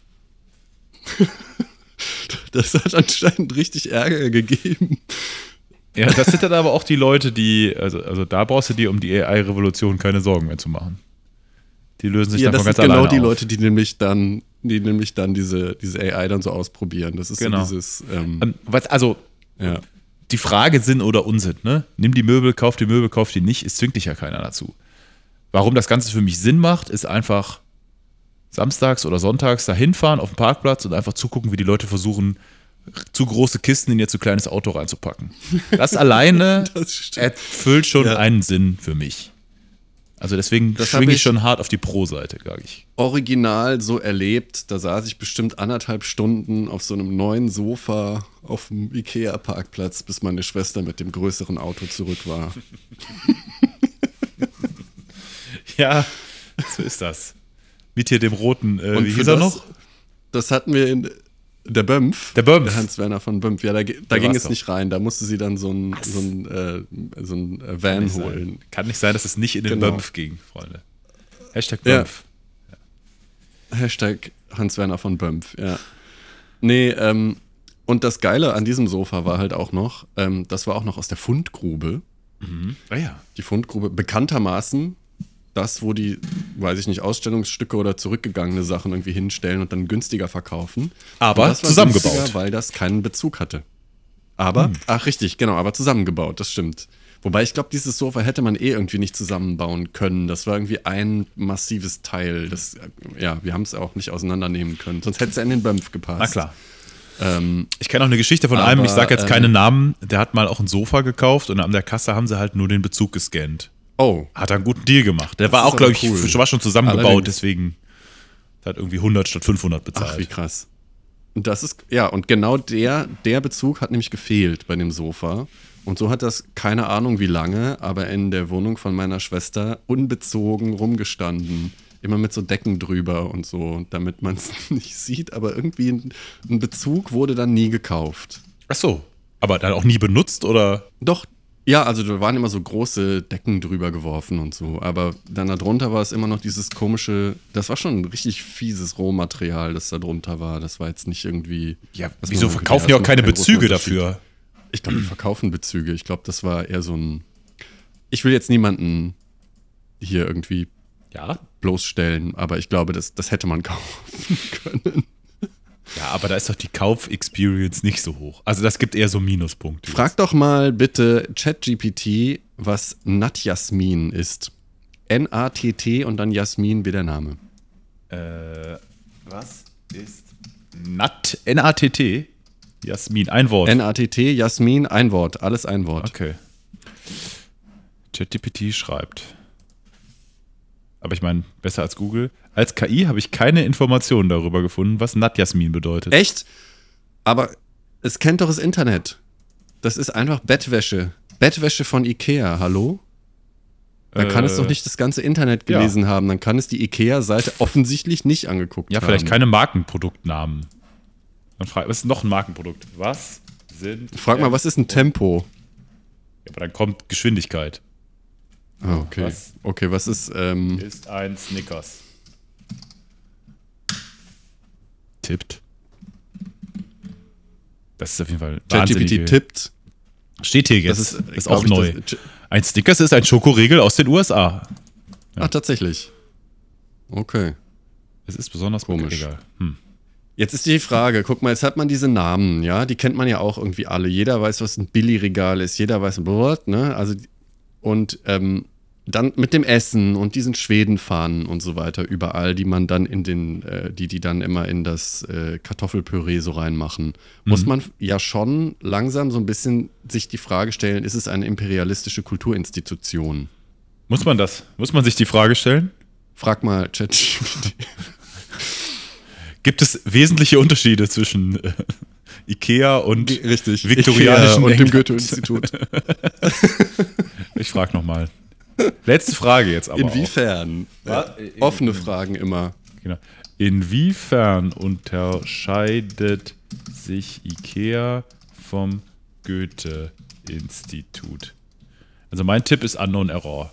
Das hat anscheinend richtig Ärger gegeben. Ja, das sind dann aber auch die Leute, die, also da brauchst du dir um die AI-Revolution keine Sorgen mehr zu machen. Die lösen sich dann von ganz alleine auf. Ja, das sind genau die Leute, die nämlich dann diese AI dann so ausprobieren. Das ist so dieses... die Frage Sinn oder Unsinn, ne? Nimm die Möbel, kauf die nicht, es zwingt dich ja keiner dazu. Warum das Ganze für mich Sinn macht, ist einfach samstags oder sonntags da hinfahren auf den Parkplatz und einfach zugucken, wie die Leute versuchen, zu große Kisten in ihr zu kleines Auto reinzupacken. Das alleine erfüllt schon einen Sinn für mich. Also deswegen schwinge ich schon hart auf die Pro-Seite, sage ich. Original so erlebt, da saß ich bestimmt 1,5 Stunden auf so einem neuen Sofa auf dem Ikea-Parkplatz, bis meine Schwester mit dem größeren Auto zurück war. Ja, so ist das. Mit hier dem roten, wie hieß er noch? Das hatten wir in der Bömpf. Der Hans-Werner von Bömpf. Ja, da ging es nicht rein. Da musste sie dann so ein Van holen. Kann nicht sein, dass es nicht in den Bömpf ging, Freunde. Hashtag Bömpf. Ja. Hashtag Hans-Werner von Bömpf, ja. Nee, und das Geile an diesem Sofa war halt auch noch, das war auch noch aus der Fundgrube. Mhm. Ah ja. Die Fundgrube, bekanntermaßen das, wo die, weiß ich nicht, Ausstellungsstücke oder zurückgegangene Sachen irgendwie hinstellen und dann günstiger verkaufen. Aber das war zusammengebaut. Weil das keinen Bezug hatte. Aber, ach richtig, genau, aber zusammengebaut, das stimmt. Wobei ich glaube, dieses Sofa hätte man irgendwie nicht zusammenbauen können. Das war irgendwie ein massives Teil. Wir haben es auch nicht auseinandernehmen können. Sonst hätte es ja in den Bömpf gepasst. Na klar. Ich kenne auch eine Geschichte von einem, ich sage jetzt keine Namen, der hat mal auch ein Sofa gekauft und an der Kasse haben sie halt nur den Bezug gescannt. Oh. Hat er einen guten Deal gemacht. Der war auch, glaube ich, war schon zusammengebaut, allerdings. Deswegen hat irgendwie 100 statt 500 bezahlt. Ach, wie krass. Und das ist, und genau der Bezug hat nämlich gefehlt bei dem Sofa. Und so hat das, keine Ahnung wie lange, aber in der Wohnung von meiner Schwester unbezogen rumgestanden. Immer mit so Decken drüber und so, damit man es nicht sieht. Aber irgendwie ein Bezug wurde dann nie gekauft. Ach so, aber dann auch nie benutzt, oder? Doch, ja, also da waren immer so große Decken drüber geworfen und so. Aber dann darunter war es immer noch dieses komische, das war schon ein richtig fieses Rohmaterial, das da drunter war. Das war jetzt nicht irgendwie... Ja, wieso verkaufen die auch keine Bezüge dafür? Ich glaube, die verkaufen Bezüge. Ich glaube, das war eher so ein... Ich will jetzt niemanden hier irgendwie bloßstellen, aber ich glaube, das hätte man kaufen können. Ja, aber da ist doch die Kauf-Experience nicht so hoch. Also das gibt eher so Minuspunkte. Frag doch mal bitte ChatGPT, was Natt-Jasmin ist. N-A-T-T und dann Jasmin wie der Name. Was ist Natt? N-A-T-T? Jasmin, ein Wort. N-A-T-T, Jasmin, ein Wort. Alles ein Wort. Okay. ChatGPT schreibt. Aber ich meine, besser als Google. Als KI habe ich keine Informationen darüber gefunden, was Natt-Jasmin bedeutet. Echt? Aber es kennt doch das Internet. Das ist einfach Bettwäsche. Bettwäsche von Ikea, hallo? Dann kann es doch nicht das ganze Internet gelesen haben. Dann kann es die Ikea-Seite offensichtlich nicht angeguckt haben. Ja, vielleicht keine Markenproduktnamen. Dann frag, was ist noch ein Markenprodukt? Was sind... Frag mal, was ist ein Tempo? Ja, aber dann kommt Geschwindigkeit. Ah, okay. Was ist... Ist ein Snickers. Tippt. Das ist auf jeden Fall ChatGPT tippt. Steht hier jetzt. Das ist auch neu. Ein Snickers ist ein Schokoriegel aus den USA. Ja. Ach, tatsächlich. Okay. Es ist besonders komisch. Egal. Jetzt ist die Frage, guck mal, jetzt hat man diese Namen, ja, die kennt man ja auch irgendwie alle. Jeder weiß, was ein Billigregal ist, jeder weiß, ne? Also, und dann mit dem Essen und diesen Schwedenfahnen und so weiter überall, die man dann die dann immer in das Kartoffelpüree so reinmachen, muss man ja schon langsam so ein bisschen sich die Frage stellen, ist es eine imperialistische Kulturinstitution? Muss man das? Muss man sich die Frage stellen? Frag mal ChatGPT. Gibt es wesentliche Unterschiede zwischen Ikea und viktorianischen Ikea und dem Goethe-Institut? Ich frage nochmal. Letzte Frage jetzt aber. Inwiefern? Offene Fragen immer. Genau. Inwiefern unterscheidet sich Ikea vom Goethe-Institut? Also mein Tipp ist Unknown Error.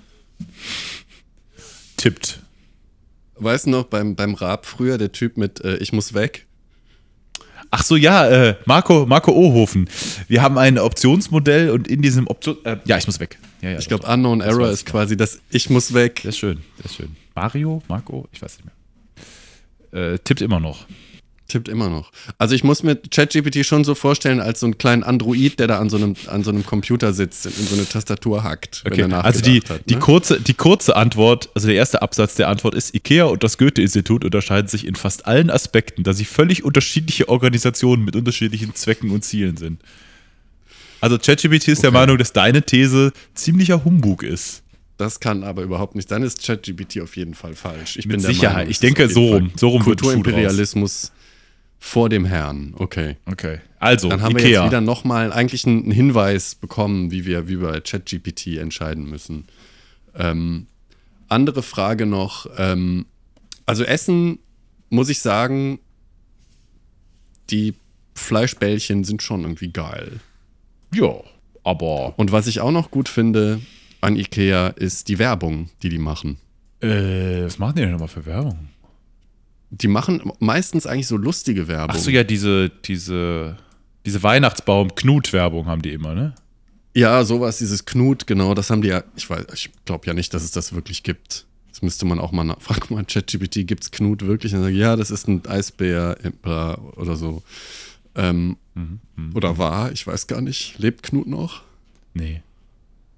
Tippt. Weißt du noch, beim Raab früher, der Typ mit Ich muss weg? Ach so, ja, Marco Ohofen. Wir haben ein Optionsmodell und in diesem ich muss weg. Ja, ich glaube, Unknown Error ist quasi das Ich muss weg. Das ist schön, das ist schön. Marco? Ich weiß nicht mehr. Tippt immer noch. Also ich muss mir ChatGPT schon so vorstellen, als so einen kleinen Android, der da an so einem Computer sitzt und in so eine Tastatur hackt. Okay, wenn er also die kurze Antwort, also der erste Absatz der Antwort ist, Ikea und das Goethe-Institut unterscheiden sich in fast allen Aspekten, da sie völlig unterschiedliche Organisationen mit unterschiedlichen Zwecken und Zielen sind. Also ChatGPT ist der Meinung, dass deine These ziemlicher Humbug ist. Das kann aber überhaupt nicht. Dann ist ChatGPT auf jeden Fall falsch. Ich bin der Sicherheit. Meinung, ich denke, so rum Kulturimperialismus vor dem Herrn. Okay. Also, dann haben Ikea. wir jetzt wieder nochmal eigentlich einen Hinweis bekommen, wie wir bei ChatGPT entscheiden müssen. Andere Frage noch. Also Essen, muss ich sagen, die Fleischbällchen sind schon irgendwie geil. Ja, aber... Und was ich auch noch gut finde an Ikea ist die Werbung, die machen. Was machen die denn nochmal für Werbung? Die machen meistens eigentlich so lustige Werbung. Ach so, ja, diese Weihnachtsbaum-Knut-Werbung haben die immer, ne? Ja, sowas, dieses Knut, genau, das haben die ja, ich glaube ja nicht, dass es das wirklich gibt. Das müsste man auch mal frag mal ChatGPT, gibt's Knut wirklich? Und dann ja, das ist ein Eisbär oder so. Oder war, ich weiß gar nicht. Lebt Knut noch? Nee.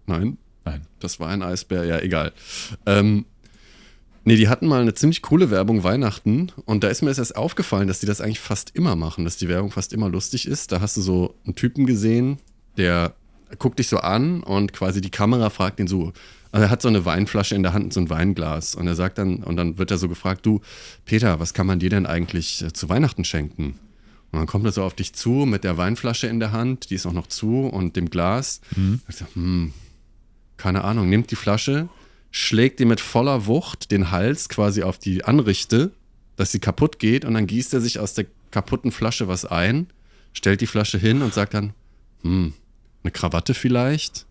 Nein. Das war ein Eisbär, ja, egal. Nee, die hatten mal eine ziemlich coole Werbung Weihnachten und da ist mir erst aufgefallen, dass die das eigentlich fast immer machen, dass die Werbung fast immer lustig ist. Da hast du so einen Typen gesehen, der guckt dich so an und quasi die Kamera fragt ihn so, also er hat so eine Weinflasche in der Hand und so ein Weinglas und er sagt dann, und dann wird er so gefragt, du, Peter, was kann man dir denn eigentlich zu Weihnachten schenken? Und dann kommt er so auf dich zu mit der Weinflasche in der Hand, die ist auch noch zu und dem Glas. Ich sag, keine Ahnung, nimmt die Flasche, schlägt die mit voller Wucht den Hals quasi auf die Anrichte, dass sie kaputt geht und dann gießt er sich aus der kaputten Flasche was ein, stellt die Flasche hin und sagt dann, eine Krawatte vielleicht?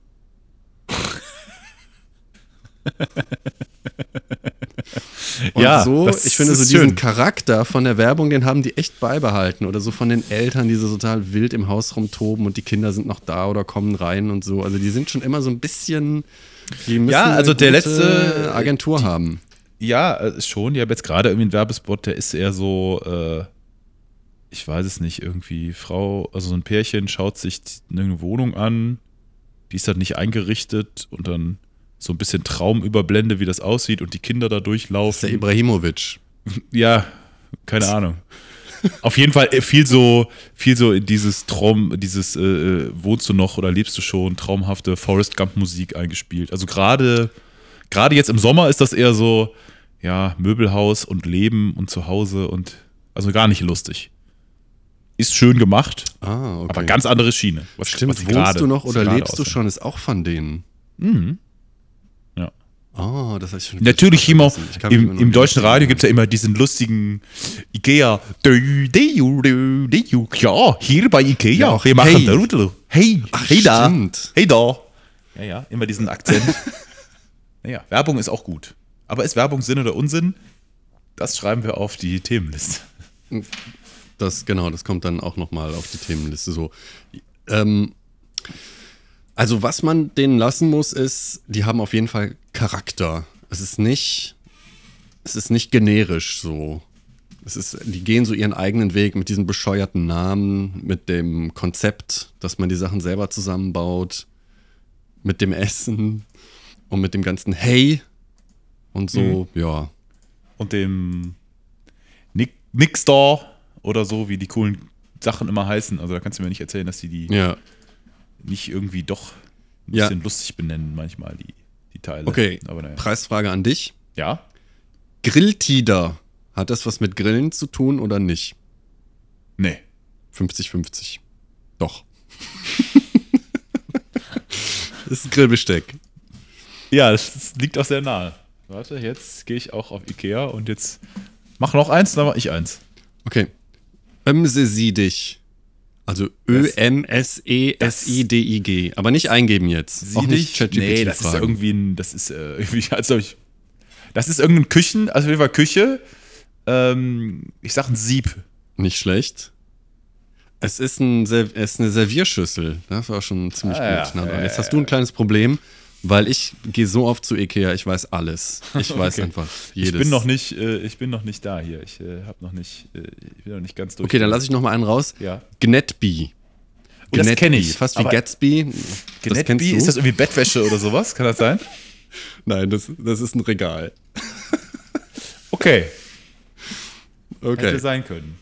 Und ja, so, ich finde so diesen Charakter von der Werbung, den haben die echt beibehalten. Oder so von den Eltern, die so total wild im Haus rumtoben und die Kinder sind noch da oder kommen rein und so. Also die sind schon immer so ein bisschen, die müssen also der letzte Agentur haben. Ja, schon. Ich habe jetzt gerade irgendwie einen Werbespot, der ist eher so, ich weiß es nicht, irgendwie also so ein Pärchen schaut sich eine Wohnung an, die ist halt nicht eingerichtet und dann so ein bisschen Traumüberblende, wie das aussieht und die Kinder da durchlaufen. Das ist der Ibrahimovic. Ja, keine Ahnung. Auf jeden Fall viel so in dieses wohnst du noch oder lebst du schon, traumhafte Forrest Gump Musik eingespielt. Also gerade jetzt im Sommer ist das eher so, ja, Möbelhaus und Leben und Zuhause und also gar nicht lustig. Ist schön gemacht, okay. Aber ganz andere Schiene. Stimmt, wohnst du noch oder lebst du schon, ist auch von denen. Ja. Oh, das heißt schon. Natürlich immer, im deutschen Radio gibt es ja immer diesen lustigen Ikea. Ja, hier bei Ikea. Ja, wir machen hey da. Hey da. Ja, immer diesen Akzent. Naja, Werbung ist auch gut. Aber ist Werbung Sinn oder Unsinn? Das schreiben wir auf die Themenliste. Das kommt dann auch nochmal auf die Themenliste so. Also was man denen lassen muss, ist, die haben auf jeden Fall Charakter. Es ist nicht generisch so. Die gehen so ihren eigenen Weg mit diesem bescheuerten Namen, mit dem Konzept, dass man die Sachen selber zusammenbaut, mit dem Essen und mit dem ganzen Hey und so, ja. Und dem Nix da oder so, wie die coolen Sachen immer heißen. Also da kannst du mir nicht erzählen, dass die nicht irgendwie doch ein bisschen lustig benennen manchmal, die Teile. Okay, aber naja. Preisfrage an dich. Ja? Grilltider, hat das was mit Grillen zu tun oder nicht? Nee. 50-50. Doch. Das ist ein Grillbesteck. Ja, das liegt auch sehr nahe. Warte, jetzt gehe ich auch auf Ikea und jetzt mach noch eins, dann mach ich eins. Okay. Ömsesidig. Also Ömsesidig. Aber nicht eingeben jetzt. Auch nicht ChatGPT. Nee, das ist irgendwie das ist irgendein Küche. Ich sag ein Sieb. Nicht schlecht. Es ist eine Servierschüssel. Das war schon ziemlich gut. Jetzt hast du ein kleines Problem, weil ich gehe so oft zu Ikea, ich weiß alles. Ich weiß einfach jedes. Ich bin noch nicht da hier. Ich bin noch nicht ganz durch. Okay, dann lasse ich noch mal einen raus. Ja. Gnetby. Das kenne ich. Fast wie Gatsby. Das kennst du? Ist das irgendwie Bettwäsche oder sowas? Kann das sein? Nein, das ist ein Regal. Okay. Hätte sein können.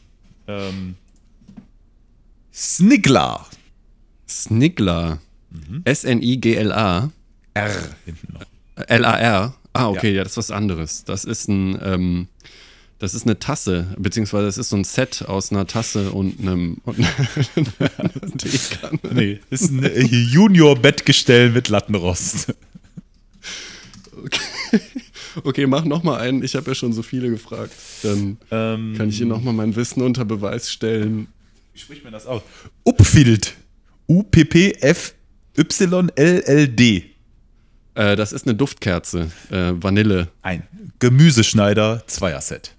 Snigla. S-N-I-G-L-A. R hinten noch. L-A-R. Okay, ja, das ist was anderes. Das ist eine Tasse, beziehungsweise das ist so ein Set aus einer Tasse und einer Teekanne. Nee, das ist ein Junior-Bettgestell mit Lattenrost. Okay, mach noch mal einen. Ich habe ja schon so viele gefragt. Dann kann ich hier noch mal mein Wissen unter Beweis stellen. Wie spricht man das aus? Upfild. U-P-P-F-Y-L-L-D. Das ist eine Duftkerze. Vanille. Ein Gemüseschneider Zweierset.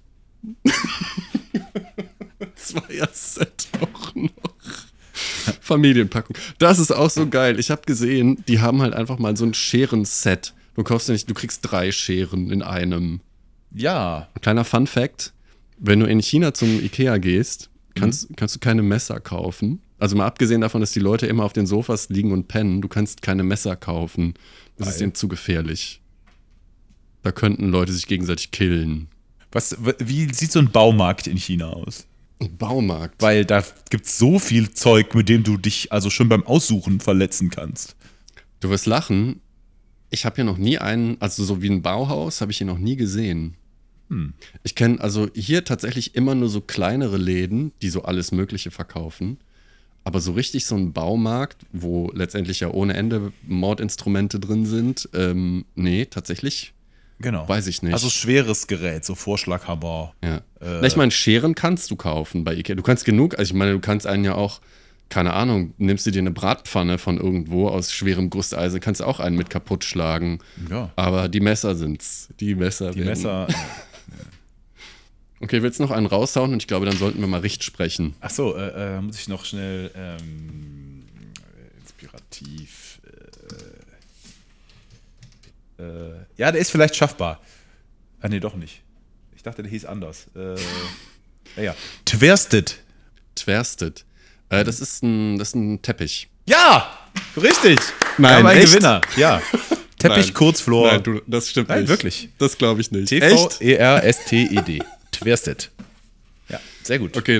Zweierset auch noch. Familienpackung. Das ist auch so geil. Ich habe gesehen, die haben halt einfach mal so ein Scherenset. Du kriegst 3 Scheren in einem. Ja. Ein kleiner Fun-Fact: Wenn du in China zum Ikea gehst, kannst du keine Messer kaufen. Also mal abgesehen davon, dass die Leute immer auf den Sofas liegen und pennen, du kannst keine Messer kaufen. Das ist ihnen zu gefährlich. Da könnten Leute sich gegenseitig killen. Wie sieht so ein Baumarkt in China aus? Ein Baumarkt? Weil da gibt es so viel Zeug, mit dem du dich also schon beim Aussuchen verletzen kannst. Du wirst lachen. Ich habe hier noch nie also so wie ein Bauhaus, habe ich hier noch nie gesehen. Ich kenne also hier tatsächlich immer nur so kleinere Läden, die so alles Mögliche verkaufen. Aber so richtig so ein Baumarkt, wo letztendlich ja ohne Ende Mordinstrumente drin sind, nee, tatsächlich weiß ich nicht. Also schweres Gerät, so Vorschlaghammer. Ja. Ich meine, Scheren kannst du kaufen bei Ikea. Du kannst genug, also ich meine, du kannst einen ja auch, keine Ahnung, nimmst du dir eine Bratpfanne von irgendwo aus schwerem Gusteisen, kannst du auch einen mit kaputt schlagen. Ja. Aber die Messer sind's. Die Messer. Okay, willst du noch einen raushauen? Und ich glaube, dann sollten wir mal Richt sprechen. Ach so, muss ich noch schnell inspirativ. Ja, der ist vielleicht schaffbar. Ah, nee, doch nicht. Ich dachte, der hieß anders. Ja. Tversted. Das ist ein Teppich. Ja, richtig. Nein, wir haben einen echt? Gewinner. Ja. Teppich, Nein. Kurzflor. Nein, das stimmt Nein, nicht. wirklich. Das glaube ich nicht. T-V-E-R-S-T-E-D. Tversted. Ja, sehr gut. Okay,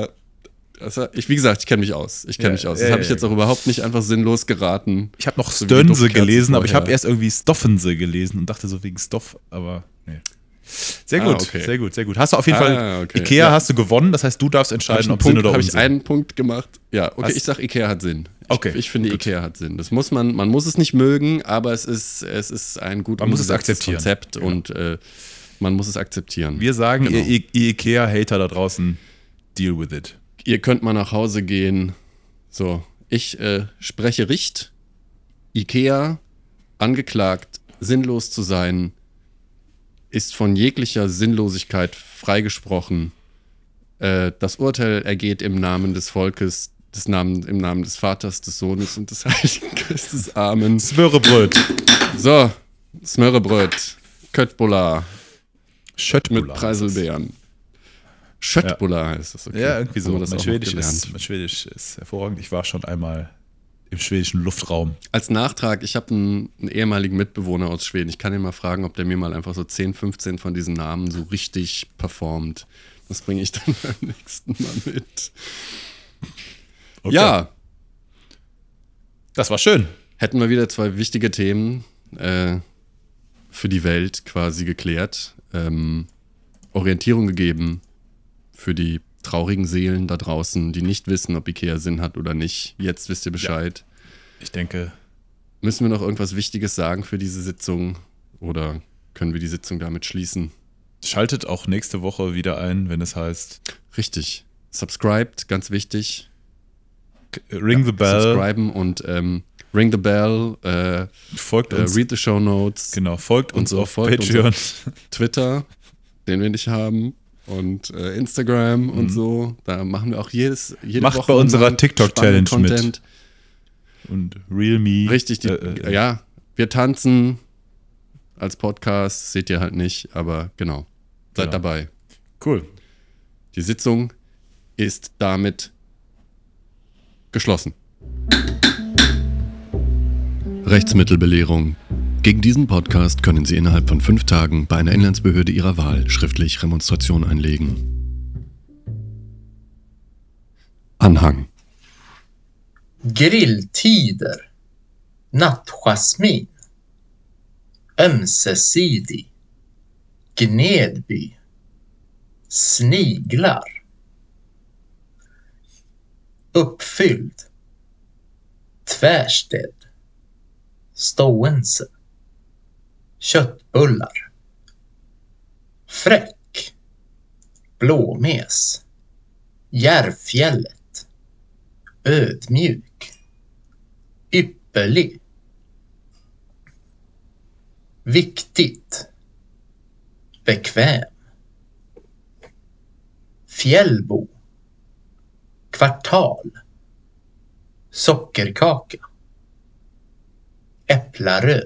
wie gesagt, ich kenne mich aus. Das habe ich jetzt auch überhaupt nicht einfach sinnlos geraten. Ich habe noch Stönse gelesen, aber ich habe erst irgendwie Stoffense gelesen und dachte so wegen Stoff, aber nee. Sehr gut, okay. Sehr gut. Hast du auf jeden Fall, okay. Ikea hast du gewonnen, das heißt, du darfst entscheiden, ob Sinn oder Unsinn. Habe ich einen Punkt gemacht? Ja, okay, ich sag, Ikea hat Sinn. Ich finde, gut. Ikea hat Sinn. Das muss man muss es nicht mögen, aber es ist ein gut umgesetztes Konzept und man muss es akzeptieren. Wir sagen, ihr Ikea-Hater da draußen, deal with it. Ihr könnt mal nach Hause gehen. So, ich spreche Richt. Ikea, angeklagt, sinnlos zu sein, ist von jeglicher Sinnlosigkeit freigesprochen. Das Urteil ergeht im Namen des Volkes, im Namen des Vaters, des Sohnes und des Heiligen Geistes. Amen. Smörrebröt. So, Smörrebröt. Köttbullar. Schöttbullar. Mit Preiselbeeren. Schöttbullar heißt das, okay. Ja, irgendwie so. Mein Schwedisch ist hervorragend. Ich war schon einmal im schwedischen Luftraum. Als Nachtrag, ich habe einen ehemaligen Mitbewohner aus Schweden. Ich kann ihn mal fragen, ob der mir mal einfach so 10, 15 von diesen Namen so richtig performt. Das bringe ich dann beim nächsten Mal mit. Okay. Ja. Das war schön. Hätten wir wieder 2 wichtige Themen für die Welt quasi geklärt. Orientierung gegeben für die traurigen Seelen da draußen, die nicht wissen, ob Ikea Sinn hat oder nicht. Jetzt wisst ihr Bescheid. Ja. Ich denke. Müssen wir noch irgendwas Wichtiges sagen für diese Sitzung oder können wir die Sitzung damit schließen? Schaltet auch nächste Woche wieder ein, wenn es heißt. Richtig. Subscribed, ganz wichtig. Ring the bell. Subscriben und ring the bell. Folgt uns. Read the show notes. Genau, folgt uns auf Patreon. Uns auf Twitter, den wir nicht haben. Und Instagram und so. Da machen wir auch jede Macht Woche bei unserer TikTok-Challenge mit. Und Real Me. Richtig, ja, wir tanzen als Podcast, seht ihr halt nicht, aber genau, seid dabei. Cool. Die Sitzung ist damit geschlossen. Rechtsmittelbelehrung. Gegen diesen Podcast können Sie innerhalb von 5 Tagen bei einer Inlandsbehörde Ihrer Wahl schriftlich Remonstration einlegen. Anhang. Grilltider. Nattjasmin. Ömsesidig. Gnedby. Sniglar. Uppfylld. Tvärsted. Ståelse. Köttbullar. Fräck. Blåmes. Järvfjället. Ödmjuk. Ypperlig. Viktigt. Bekväm. Fjällbo. Kvartal. Sockerkaka. Äpplarö.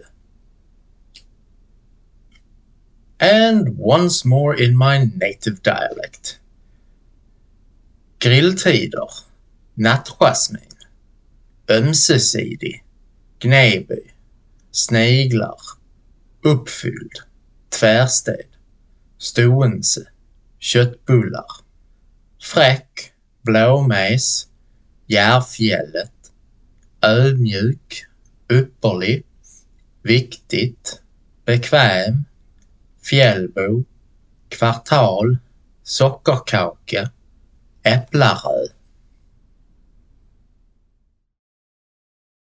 And once more in my native dialect. Grilltider. nattjasmin, ömsesidig, Gneby, sniglar, uppfylld, tvärsted, ståelse, köttbullar, fräck, blåmejs, Järfjället, ödmjuk, ypperlig, viktigt, bekväm, fjällbo, kvartal, sockerkaka, äpplarö.